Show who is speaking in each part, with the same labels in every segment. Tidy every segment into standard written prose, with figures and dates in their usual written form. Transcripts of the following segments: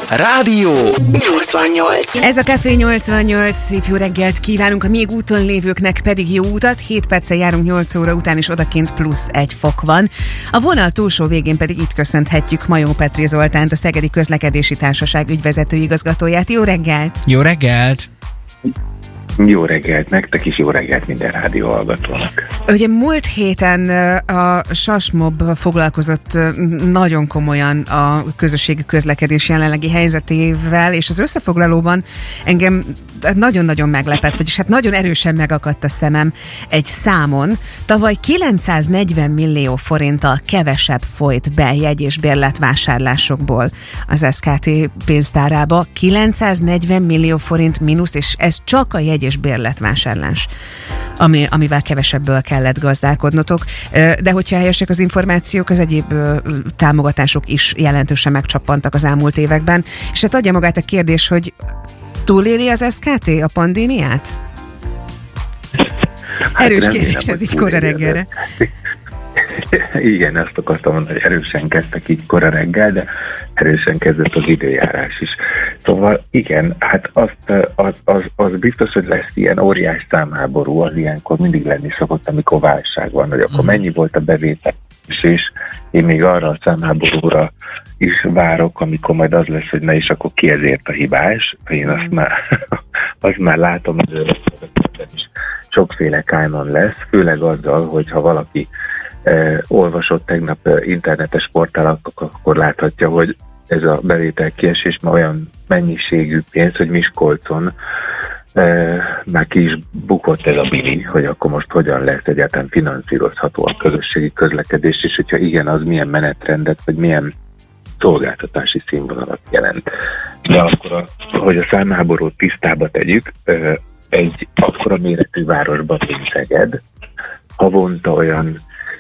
Speaker 1: Rádió 88.
Speaker 2: Ez a Café 88, szép jó reggelt kívánunk, a még úton lévőknek pedig jó utat. 7 perccel járunk 8 óra után, és odakint +1 fok van. A vonal túlsó végén pedig itt köszönhetjük Majó Petri Zoltánt, a Szegedi Közlekedési Társaság ügyvezető igazgatóját. Jó reggelt!
Speaker 3: Jó reggelt!
Speaker 4: Jó reggelt nektek is, jó reggelt minden rádió hallgatónak.
Speaker 2: Ugye múlt héten a SASMOB foglalkozott nagyon komolyan a közösségi közlekedés jelenlegi helyzetével, és az összefoglalóban engem nagyon-nagyon meglepett, vagyis hát nagyon erősen megakadt a szemem egy számon. Tavaly 940 millió forinttal kevesebb folyt be jegy- és bérletvásárlásokból az SKT pénztárába. 940 millió forint mínusz, és ez csak a jegy- és bérletvásárlás, amivel kevesebből kellett gazdálkodnotok. De hogyha helyesek az információk, az egyéb támogatások is jelentősen megcsappantak az elmúlt években. És hát adja magát a kérdés, hogy túléli az SKT a pandémiát? Erős kérdés ez így kora reggelre.
Speaker 4: Igen, ezt akartam mondani, hogy erősen kezdtek így kora reggel, de erősen kezdett az időjárás is. Szóval igen, hát az biztos, hogy lesz ilyen óriás számháború, az ilyenkor mindig lenni szokott, amikor válság van, hogy akkor mennyi volt a bevétel, és én még arra a számháborúra is várok, amikor majd az lesz, hogy na és akkor ki ezért a hibás. Én azt már látom, hogy sokféle kájman lesz, főleg azzal, hogyha valaki olvasott tegnap internetes portálok, akkor láthatja, hogy ez a bevétel kiesés már olyan mennyiségű pénz, hogy Miskolcon már ki is bukott ez a bili, hogy akkor most hogyan lesz egyáltalán finanszírozható a közösségi közlekedés, és hogyha igen, az milyen menetrendet, vagy milyen szolgáltatási színvonalat jelent. De akkor, hogy a számháborút tisztába tegyük, egy akkora méretű városban, mint Szeged, havonta olyan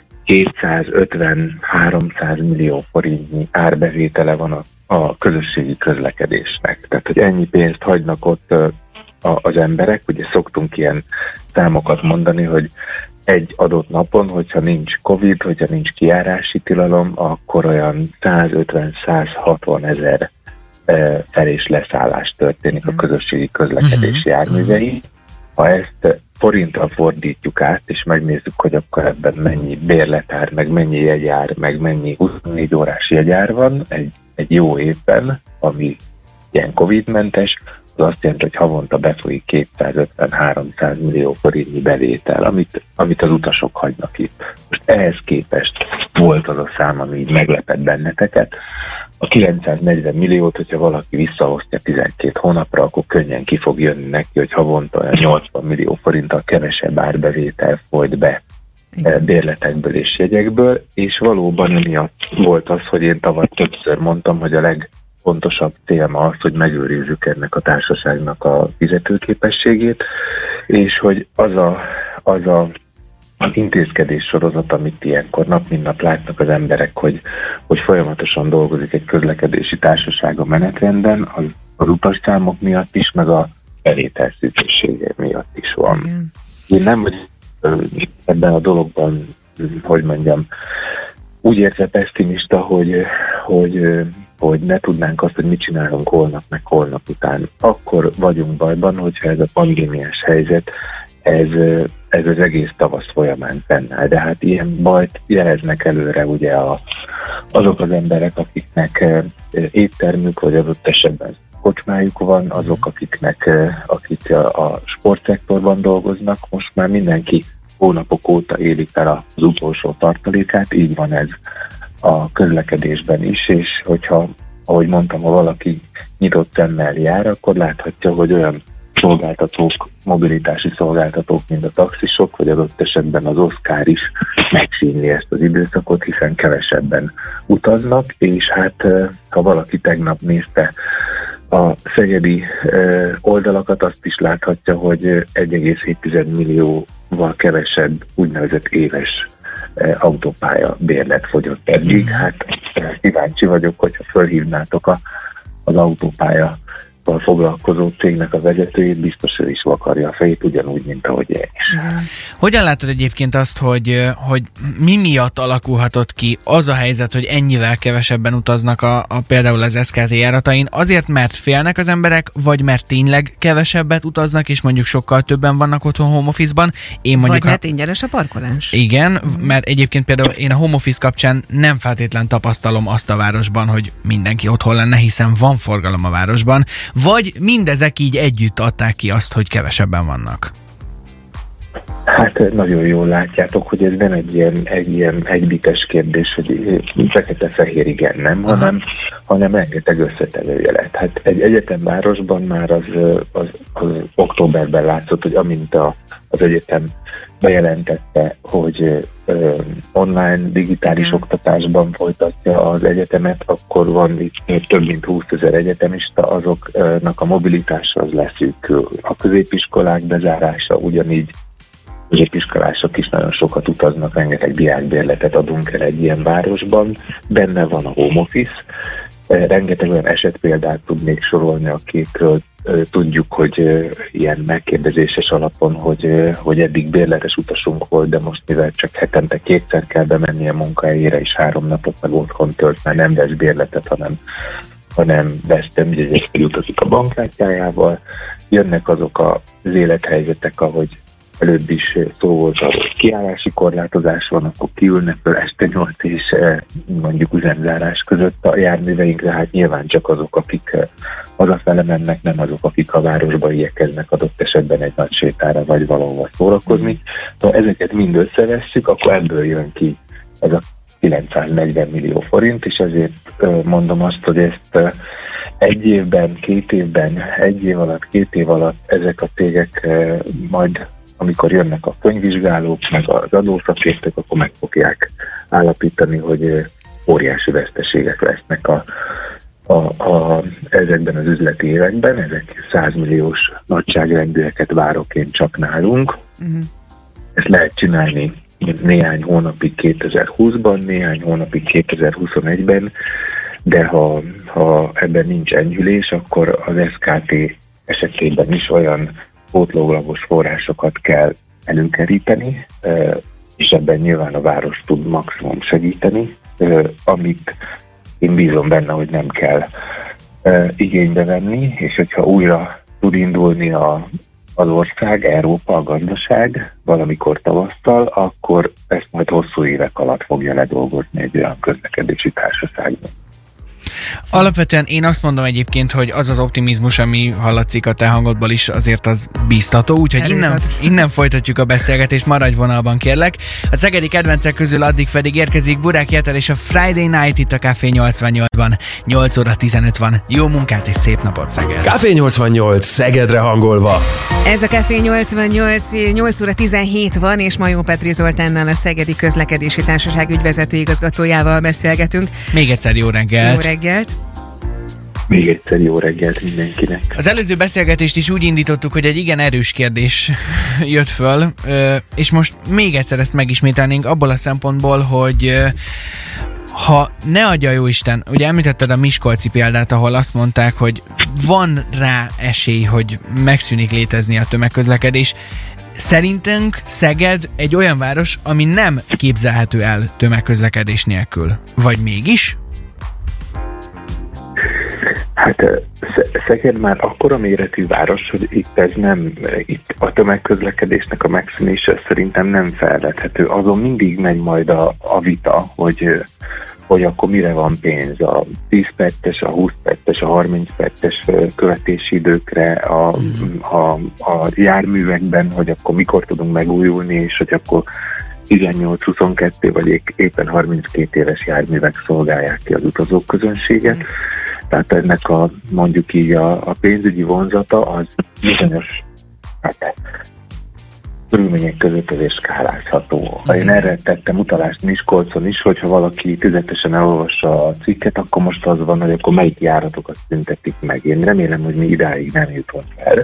Speaker 4: 250-300 millió forintnyi árbevétele van a közösségi közlekedésnek. Tehát, hogy ennyi pénzt hagynak ott az emberek, ugye szoktunk ilyen számokat mondani, hogy egy adott napon, hogyha nincs Covid, hogyha nincs kijárási tilalom, akkor olyan 150-160 ezer fel- és leszállás történik a közösségi közlekedés járművei. Ha ezt forinttal fordítjuk át, és megnézzük, hogy akkor ebben mennyi bérletár, meg mennyi jegyár, meg mennyi 24 órás jegyár van egy jó évben, ami ilyen Covid-mentes, az azt jelenti, hogy havonta befolyik 250-300 millió forintnyi bevétel, amit az utasok hagynak itt. Most ehhez képest volt az a szám, ami így meglepett benneteket. A 940 milliót, hogyha valaki visszaosztja 12 hónapra, akkor könnyen ki fog jönni neki, hogy havonta olyan 80 millió forinttal kevesebb árbevétel folyt be bérletekből és jegyekből, és valóban emiatt volt az, hogy én tavaly többször mondtam, hogy a legfontosabb célma az, hogy megőrizzük ennek a társaságnak a fizetőképességét, és hogy az intézkedés sorozat, amit ilyenkor nap mint nap látnak az emberek, hogy folyamatosan dolgozik egy közlekedési társaság a menetrenden, az utasszámok miatt is, meg a bevétel szűkössége miatt is van. Igen. Én nem vagyok ebben a dologban, hogy mondjam, úgy érte pessimista, hogy ne tudnánk azt, hogy mit csinálunk holnap, meg holnap után. Akkor vagyunk bajban, hogyha ez a pandémiás helyzet, ez az egész tavasz folyamán fennáll. De hát ilyen bajt jeleznek előre ugye azok az emberek, akiknek éttermük, vagy adott esetben kocsmájuk van, azok, akik a sportszektorban dolgoznak, most már mindenki hónapok óta élik fel az utolsó tartalékát, így van ez a közlekedésben is, és hogyha, ahogy mondtam, ha valaki nyitott szemmel jár, akkor láthatja, hogy olyan szolgáltatók, mobilitási szolgáltatók, mint a taxisok, vagy adott esetben az Oscar is megszínli ezt az időszakot, hiszen kevesebben utaznak, és hát ha valaki tegnap nézte a szegedi oldalakat, azt is láthatja, hogy 1,7 millióval kevesebb úgynevezett éves autópálya bérlet fogyott eddig. Hát kíváncsi vagyok, hogyha fölhívnátok az autópálya utazásokkal foglalkozó cégnek a vezetőjét, biztos ő is vakarja a fejét, ugyanúgy, mint ahogy én is.
Speaker 3: Hogyan látod egyébként azt, hogy mi miatt alakulhatott ki az a helyzet, hogy ennyivel kevesebben utaznak például az SKT járatain? Azért, mert félnek az emberek, vagy mert tényleg kevesebbet utaznak, és mondjuk sokkal többen vannak otthon home office-ban?
Speaker 2: Vagy mert ingyenes a parkolás?
Speaker 3: Igen, mert egyébként például én a home office kapcsán nem feltétlen tapasztalom azt a városban, hogy mindenki otthon lenne, hiszen van forgalom a városban, vagy mindezek így együtt adták ki azt, hogy kevesebben vannak?
Speaker 4: Hát nagyon jól látjátok, hogy ez nem egy ilyen egybites kérdés, hogy fekete-fehér igen nem, hanem rengeteg összetevője lett. Hát egy egyetemvárosban már az októberben látszott, hogy amint az egyetem bejelentette, hogy online, digitális oktatásban folytatja az egyetemet, akkor van itt több mint 20 000 egyetemista, azoknak a mobilitása az leszűkül. A középiskolák bezárása ugyanígy, középiskolások is nagyon sokat utaznak, rengeteg diákbérletet adunk el egy ilyen városban, benne van a home office, rengeteg olyan esetpéldát tudnék sorolni, akikről tudjuk, hogy ilyen megkérdezéses alapon, hogy eddig bérletes utasunk volt, de most mivel csak hetente 2-szer kell bemenni a munkahelyére, és 3 napot meg otthon tölt, mert nem vesz bérletet, hanem vesz többjegyekkel utazik a bankkártyájával. Jönnek azok az élethelyzetek, ahogy előbb is szó volt arról, hogy kiállási korlátozás van, akkor kiülnek fel este 8 és mondjuk üzemzárás között a járműveinkre, hát nyilván csak azok, akik hazafele mennek, nem azok, akik a városba igyekeznek adott esetben egy nagy sétára vagy valahova szórakozni. Ha ezeket mind összevesszük, akkor ebből jön ki ez a 940 millió forint, és ezért mondom azt, hogy ezt egy évben, 2 évben, 1 év alatt, 2 év alatt ezek a cégek majd, amikor jönnek a könyvvizsgálók, meg az adószakértők, akkor meg fogják állapítani, hogy óriási veszteségek lesznek ezekben az üzleti években. Ezek 100 milliós nagyságrendűeket várok én csak nálunk. Ezt lehet csinálni néhány hónapig 2020-ban, néhány hónapig 2021-ben, de ha ebben nincs enyhülés, akkor az SKT esetében is olyan pótlólagos forrásokat kell előkeríteni, és ebben nyilván a város tud maximum segíteni, amit én bízom benne, hogy nem kell igénybe venni, és hogyha újra tud indulni az ország, Európa, a gazdaság valamikor tavasszal, akkor ezt majd hosszú évek alatt fogja ledolgozni egy olyan közlekedési társaságban.
Speaker 3: Alapvetően én azt mondom egyébként, hogy az optimizmus, ami hallatszik a te hangodból is, azért az bíztató, úgyhogy innen folytatjuk a beszélgetést, maradj vonalban kérlek. A szegedi kedvencek közül addig pedig érkezik Burák Jeter és a Friday Night itt a Café 88-ban. 8 óra 15 van. Jó munkát és szép napot, Szeged!
Speaker 1: Café 88, Szegedre hangolva.
Speaker 2: Ez a Café 88, 8 óra 17 van, és Majó Petri Zoltánnal, a Szegedi Közlekedési Társaság ügyvezető igazgatójával beszélgetünk.
Speaker 3: Még egyszer jó reggelt!
Speaker 2: Jó reggelt!
Speaker 4: Még egyszer jó reggelt mindenkinek.
Speaker 3: Az előző beszélgetést is úgy indítottuk, hogy egy igen erős kérdés jött föl, és most még egyszer ezt megismételnénk abból a szempontból, hogy ha ne adja Jóisten, ugye említetted a miskolci példát, ahol azt mondták, hogy van rá esély, hogy megszűnik létezni a tömegközlekedés. Szerintünk Szeged egy olyan város, ami nem képzelhető el tömegközlekedés nélkül. Vagy mégis?
Speaker 4: Hát Szeged már akkora méretű város, hogy itt a tömegközlekedésnek a megszűnése szerintem nem felvethető. Azon mindig megy majd a vita, hogy akkor mire van pénz, a 10 perces, a 20 perces, a 30 perces követési időkre, a járművekben, hogy akkor mikor tudunk megújulni, és hogy akkor 18-22 vagy éppen 32 éves járművek szolgálják ki az utazók közönséget. Tehát ennek mondjuk így a pénzügyi vonzata az bizonyos körülmények között azért skálázható. Én erre tettem utalást Miskolcon is, hogyha valaki tüzetesen elolvassa a cikket, akkor most az van, hogy akkor melyik járatokat szüntetik meg. Én remélem, hogy mi idáig nem jutunk el.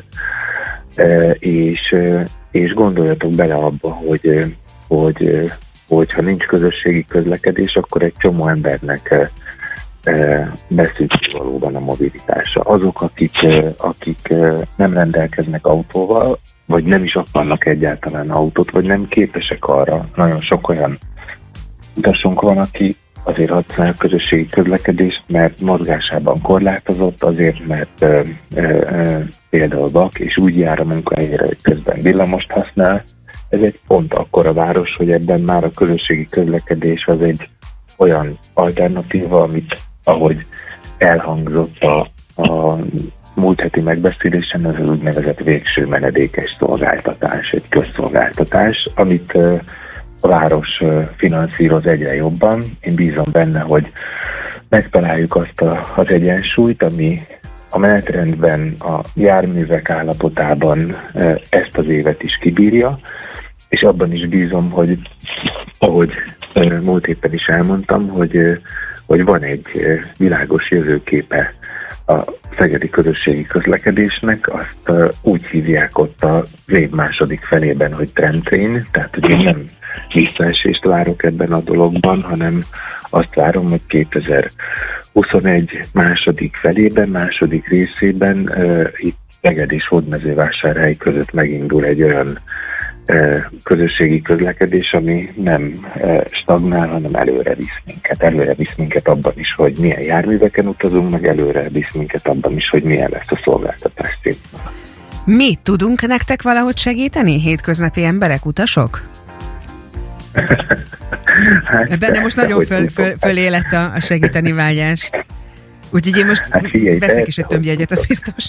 Speaker 4: És gondoljatok bele abba, hogy ha nincs közösségi közlekedés, akkor egy csomó embernek beszűkül valóban a mobilitása. Azok, akik nem rendelkeznek autóval, vagy nem is akarnak egyáltalán autót, vagy nem képesek arra. Nagyon sok olyan utasunk van, aki azért használja a közösségi közlekedést, mert mozgásában korlátozott, azért, mert például vak, és úgy jár a munkahelyére, hogy közben villamost használ. Ez egy pont akkora város, hogy ebben már a közösségi közlekedés az egy olyan alternatíva, amit, ahogy elhangzott a múlt heti megbeszélésen, az úgynevezett végső menedékes szolgáltatás, egy közszolgáltatás, amit a város finanszíroz egyre jobban. Én bízom benne, hogy megtaláljuk azt az egyensúlyt, ami a menetrendben, a járművek állapotában ezt az évet is kibírja, és abban is bízom, hogy ahogy múlt éppen is elmondtam, hogy van egy világos jövőképe a szegedi közösségi közlekedésnek, azt úgy hívják ott az év második felében, hogy trendtrain, tehát hogy én nem visszaesést várok ebben a dologban, hanem azt várom, hogy 2021 második felében, második részében itt Szeged és Hódmezővásárhely között megindul egy olyan közösségi közlekedés, ami nem stagnál, hanem előre visz minket. Előre visz minket abban is, hogy milyen járműveken utazunk, meg előre visz minket abban is, hogy milyen lesz a szolgáltatás színvonal.
Speaker 2: Mi tudunk nektek valahogy segíteni, hétköznapi emberek, utasok?
Speaker 4: Hát,
Speaker 2: benne most nagyon fölélett a segíteni vágyás. Úgyhogy én most veszek is egy tömbjegyet, az biztos.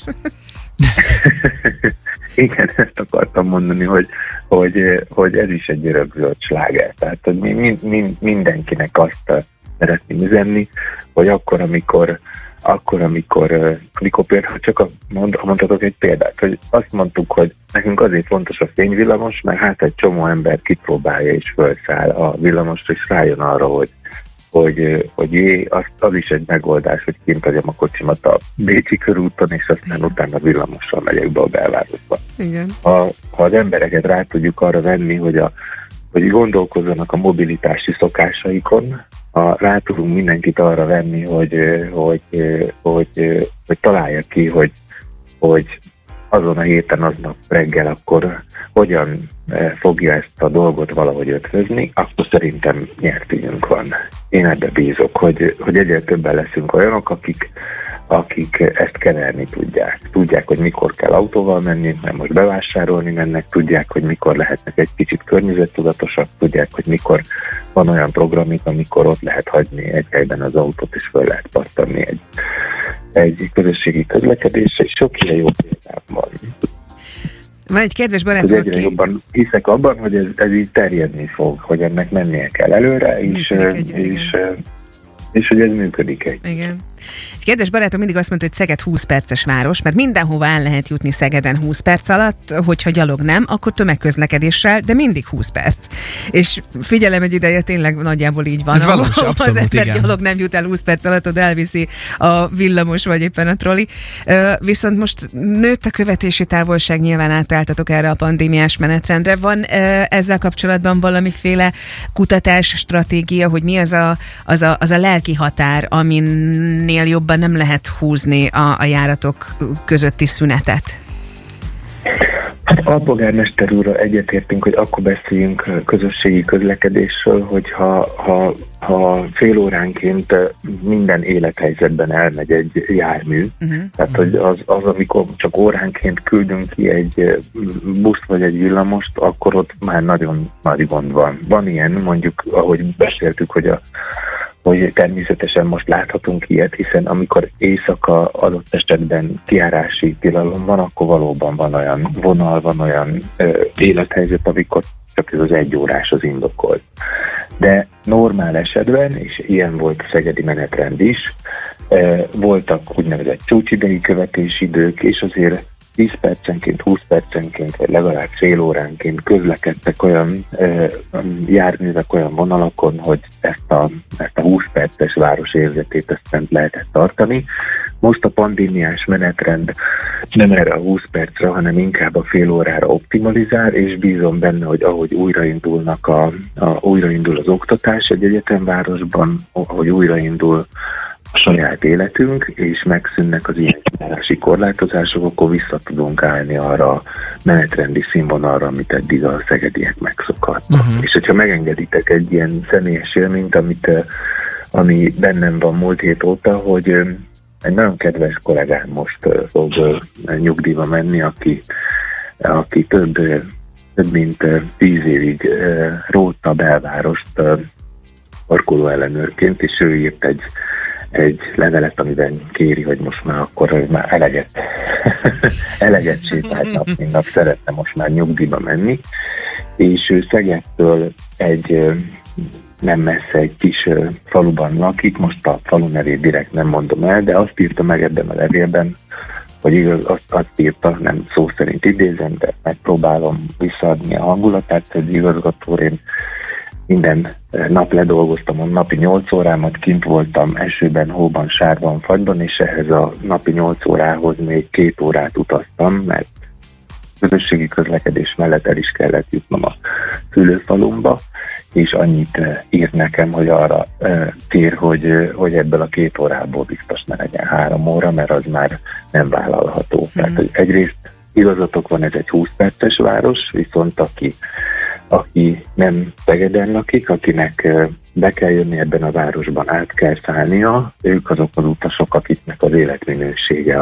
Speaker 4: Igen, ezt akartam mondani, hogy ez is egy örökzöld sláger. Tehát hogy mindenkinek azt szeretném üzenni, hogy akkor, amikor például csak mondhatok egy példát, hogy azt mondtuk, hogy nekünk azért fontos a fényvillamos, mert hát egy csomó ember kipróbálja és felszáll a villamosra, és rájön arra, hogy az is egy megoldás, hogy kint hagyom a kocsimat a Bécsi körúton, és aztán utána villamossal megyek be a belvárosba.
Speaker 2: Igen.
Speaker 4: Ha az embereket rá tudjuk arra venni, hogy gondolkozzanak a mobilitási szokásaikon, rá tudunk mindenkit arra venni, hogy találja ki, hogy azon a héten, aznap reggel akkor hogyan fogja ezt a dolgot valahogy ötvözni, akkor szerintem nyertényünk van. Én ebbe bízok, hogy egyre többen leszünk olyanok, akik ezt keverni tudják. Tudják, hogy mikor kell autóval menni, mert most bevásárolni mennek, tudják, hogy mikor lehetnek egy kicsit környezettudatosak, tudják, hogy mikor van olyan programjuk, amikor ott lehet hagyni egy helyben az autót, és föl lehet pattanni egy közösségi közlekedésre, és sok ilyen jó példám van.
Speaker 2: Van egy kedves barátom,
Speaker 4: egyre jobban hiszek abban, hogy ez így terjedni fog, hogy ennek mennie kell előre, és hogy ez működik
Speaker 2: Igen. Egy kedves barátom mindig azt mondta, hogy Szeged 20 perces város, mert mindenhova el lehet jutni Szegeden 20 perc alatt, hogyha gyalog nem, akkor tömegközlekedéssel, de mindig 20 perc. És figyelem, egy ideje tényleg nagyjából így van.
Speaker 3: Ez valós, abszolút,
Speaker 2: az ember
Speaker 3: igen.
Speaker 2: gyalog nem jut el 20 perc alatt, oda elviszi a villamos, vagy éppen a troli. Viszont most nőtt a követési távolság, nyilván átálltatok erre a pandémiás menetrendre. Van ezzel kapcsolatban valamiféle kutatás, stratégia, hogy mi az a lelki határ, aminél jobban nem lehet húzni a járatok közötti szünetet?
Speaker 4: Alpolgármester úrral egyetértünk, hogy akkor beszéljünk közösségi közlekedésről, hogyha fél óránként minden élethelyzetben elmegy egy jármű. Tehát, hogy az, amikor csak óránként küldünk ki egy buszt vagy egy villamost, akkor ott már nagyon nagy gond van. Van ilyen, mondjuk, ahogy beszéltük, hogy természetesen most láthatunk ilyet, hiszen amikor éjszaka adott esetben kijárási tilalom van, akkor valóban van olyan vonal, van olyan élethelyzet, amikor csak ez az 1 órás az indokolt. De normál esetben, és ilyen volt a szegedi menetrend is, voltak úgynevezett csúcsidei követési idők, és azért 10 percenként, 20 percenként, vagy legalább fél óránként közlekedtek olyan járművek olyan vonalakon, hogy ezt a 20 perces város érzetét ezt fent lehetett tartani. Most a pandémiás menetrend nem erre a 20 percre, hanem inkább a fél órára optimalizál, és bízom benne, hogy ahogy újraindul az oktatás egy egyetemvárosban, ahogy újraindul saját életünk, és megszűnnek az ilyen kijárási korlátozások, akkor vissza tudunk állni arra a menetrendi színvonalra, amit eddig a szegediek megszokhatnak. És hogyha megengeditek egy ilyen személyes élményt, ami bennem van múlt hét óta, hogy egy nagyon kedves kollégám most fog nyugdíjba menni, aki több mint 10 évig rótta a belvárost parkoló ellenőrként, és ő írt egy levelet, amiben kéri, hogy most már akkor már eleget sétált nap, mint nap, szeretne most már nyugdíjba menni, és ő Szegedtől egy nem messze egy kis faluban lakik, most a falu nevét direkt nem mondom el, de azt írta meg ebben a levélben, hogy igaz, azt írta, nem szó szerint idézem, de megpróbálom visszaadni a hangulatát, hogy igazgató, én minden nap ledolgoztam a napi 8 órámat, kint voltam esőben, hóban, sárban, fagyban, és ehhez a napi 8 órához még 2 órát utaztam, mert közösségi közlekedés mellett el is kellett jutnom a szülőfalumba, és annyit írt nekem, hogy arra kér, hogy ebből a 2 órából biztos ne legyen 3 óra, mert az már nem vállalható. Tehát, hogy egyrészt igazatok van, ez egy 20 perces város, viszont aki nem Szegeden lakik, akinek be kell jönni ebben a városban, át kell szállnia, ők azok az utasok, akiknek az életminősége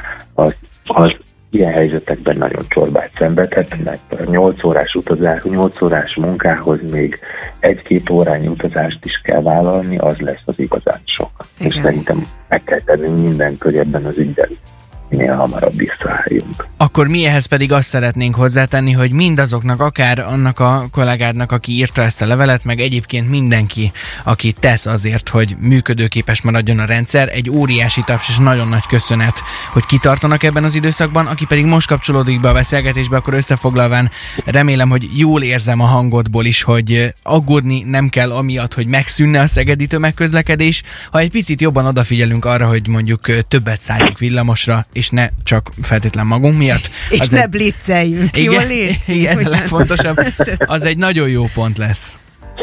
Speaker 4: az ilyen helyzetekben nagyon csorbát szenvedhet, mert 8 órás utazás, 8 órás munkához még 1-2 órányi utazást is kell vállalni, az lesz az igazán sok. Igen. És szerintem meg kell tenni mindent, hogy ebben az ügyben minél hamarabb visszaálljunk.
Speaker 3: Akkor mi ehhez pedig azt szeretnénk hozzátenni, hogy mindazoknak, akár annak a kollégádnak, aki írta ezt a levelet, meg egyébként mindenki, aki tesz azért, hogy működőképes maradjon a rendszer, egy óriási taps és nagyon nagy köszönet, hogy kitartanak ebben az időszakban, aki pedig most kapcsolódik be a beszélgetésbe, akkor összefoglalván remélem, hogy jól érzem a hangodból is, hogy aggódni nem kell amiatt, hogy megszűnne a szegedi tömegközlekedés, ha egy picit jobban odafigyelünk arra, hogy mondjuk többet szálljunk villamosra, és ne csak feltétlen magunk miatt.
Speaker 2: És ne blitzeljünk, jól légy?
Speaker 3: Igen, ez a legfontosabb. Az egy nagyon jó pont lesz.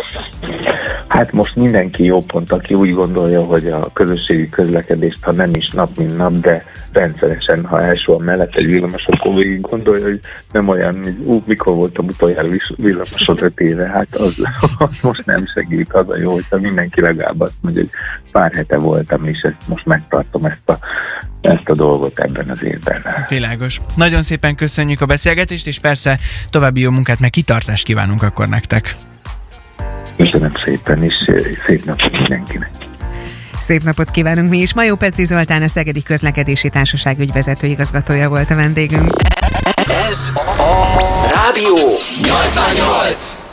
Speaker 4: Hát most mindenki jó pont, aki úgy gondolja, hogy a közösségi közlekedést, ha nem is nap, mint nap, de rendszeresen, ha elsően mellett egy villamos, akkor végig gondolja, hogy nem olyan, mikor voltam utoljára villamoson 5 éve, hát az most nem segít, az a jó, hogyha mindenki legalább azt mondja, hogy pár hete voltam, és most megtartom ezt a dolgot ebben az évben.
Speaker 3: Világos. Nagyon szépen köszönjük a beszélgetést, és persze további jó munkát, meg kitartást kívánunk akkor nektek.
Speaker 4: Köszönöm szépen, és szép napot mindenkinek.
Speaker 2: Szép napot kívánunk mi is. Majó Petri Zoltán, a Szegedi Közlekedési Társaság ügyvezető igazgatója volt a vendégünk.
Speaker 1: Ez a Rádió 88.